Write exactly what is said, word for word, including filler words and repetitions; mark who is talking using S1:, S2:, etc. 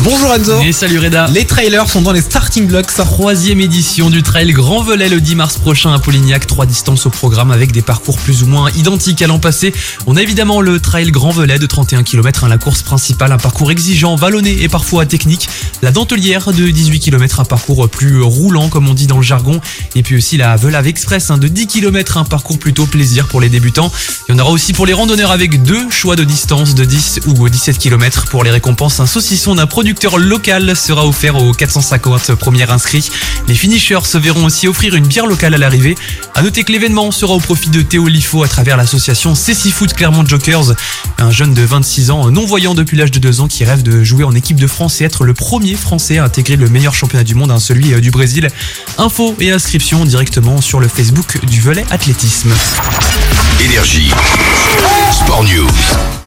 S1: Bonjour Enzo.
S2: Et salut Reda.
S1: Les trailers sont dans les starting blocks.
S2: Troisième édition du trail Grand Velay le dix mars prochain à Polignac. Trois distances au programme avec des parcours plus ou moins identiques à l'an passé. On a évidemment le trail Grand Velay de trente et un kilomètres, hein, la course principale, un parcours exigeant, vallonné et parfois technique. La Dentelière de dix-huit kilomètres, un parcours plus roulant comme on dit dans le jargon. Et puis aussi la Velave Express hein, de dix kilomètres, un parcours plutôt plaisir pour les débutants. Il y en aura aussi pour les randonneurs avec deux choix de distance de dix ou dix-sept kilomètres. Pour les récompenses, un saucisson d'un producteur local sera offert aux quatre cent cinquante premiers inscrits. Les finishers se verront aussi offrir une bière locale à l'arrivée. À noter que l'événement sera au profit de Théo Lifo à travers l'association Cécifoot Clermont Jokers, un jeune de vingt-six ans, non-voyant depuis l'âge de deux ans, qui rêve de jouer en équipe de France et être le premier Français à intégrer le meilleur championnat du monde, hein, celui du Brésil. Infos et inscriptions directement sur le Facebook du Velay Athlétisme.
S3: Énergie. Sport News.